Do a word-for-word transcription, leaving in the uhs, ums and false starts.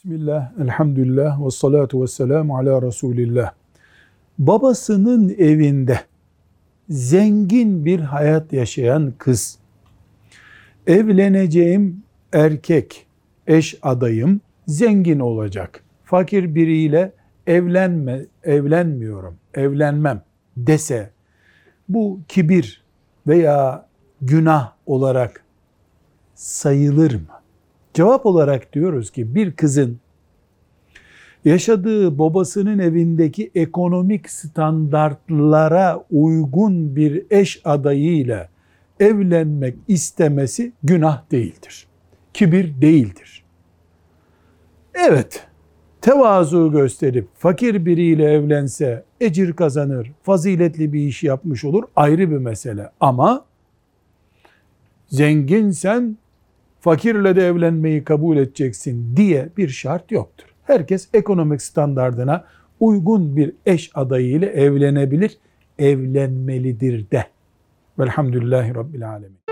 Bismillah, elhamdülillah, ve salatu ve selamu ala Resulillah. Babasının evinde zengin bir hayat yaşayan kız, evleneceğim erkek, eş adayım zengin olacak, fakir biriyle evlenme, evlenmiyorum, evlenmem dese, bu kibir veya günah olarak sayılır mı? Cevap olarak diyoruz ki bir kızın yaşadığı babasının evindeki ekonomik standartlara uygun bir eş adayıyla evlenmek istemesi günah değildir. Kibir değildir. Evet, tevazu gösterip fakir biriyle evlense ecir kazanır, faziletli bir iş yapmış olur, ayrı bir mesele. Ama zenginsen fakirle de evlenmeyi kabul edeceksin diye bir şart yoktur. Herkes ekonomik standardına uygun bir eş adayıyla evlenebilir, evlenmelidir de. Velhamdülillahi Rabbil Alemin.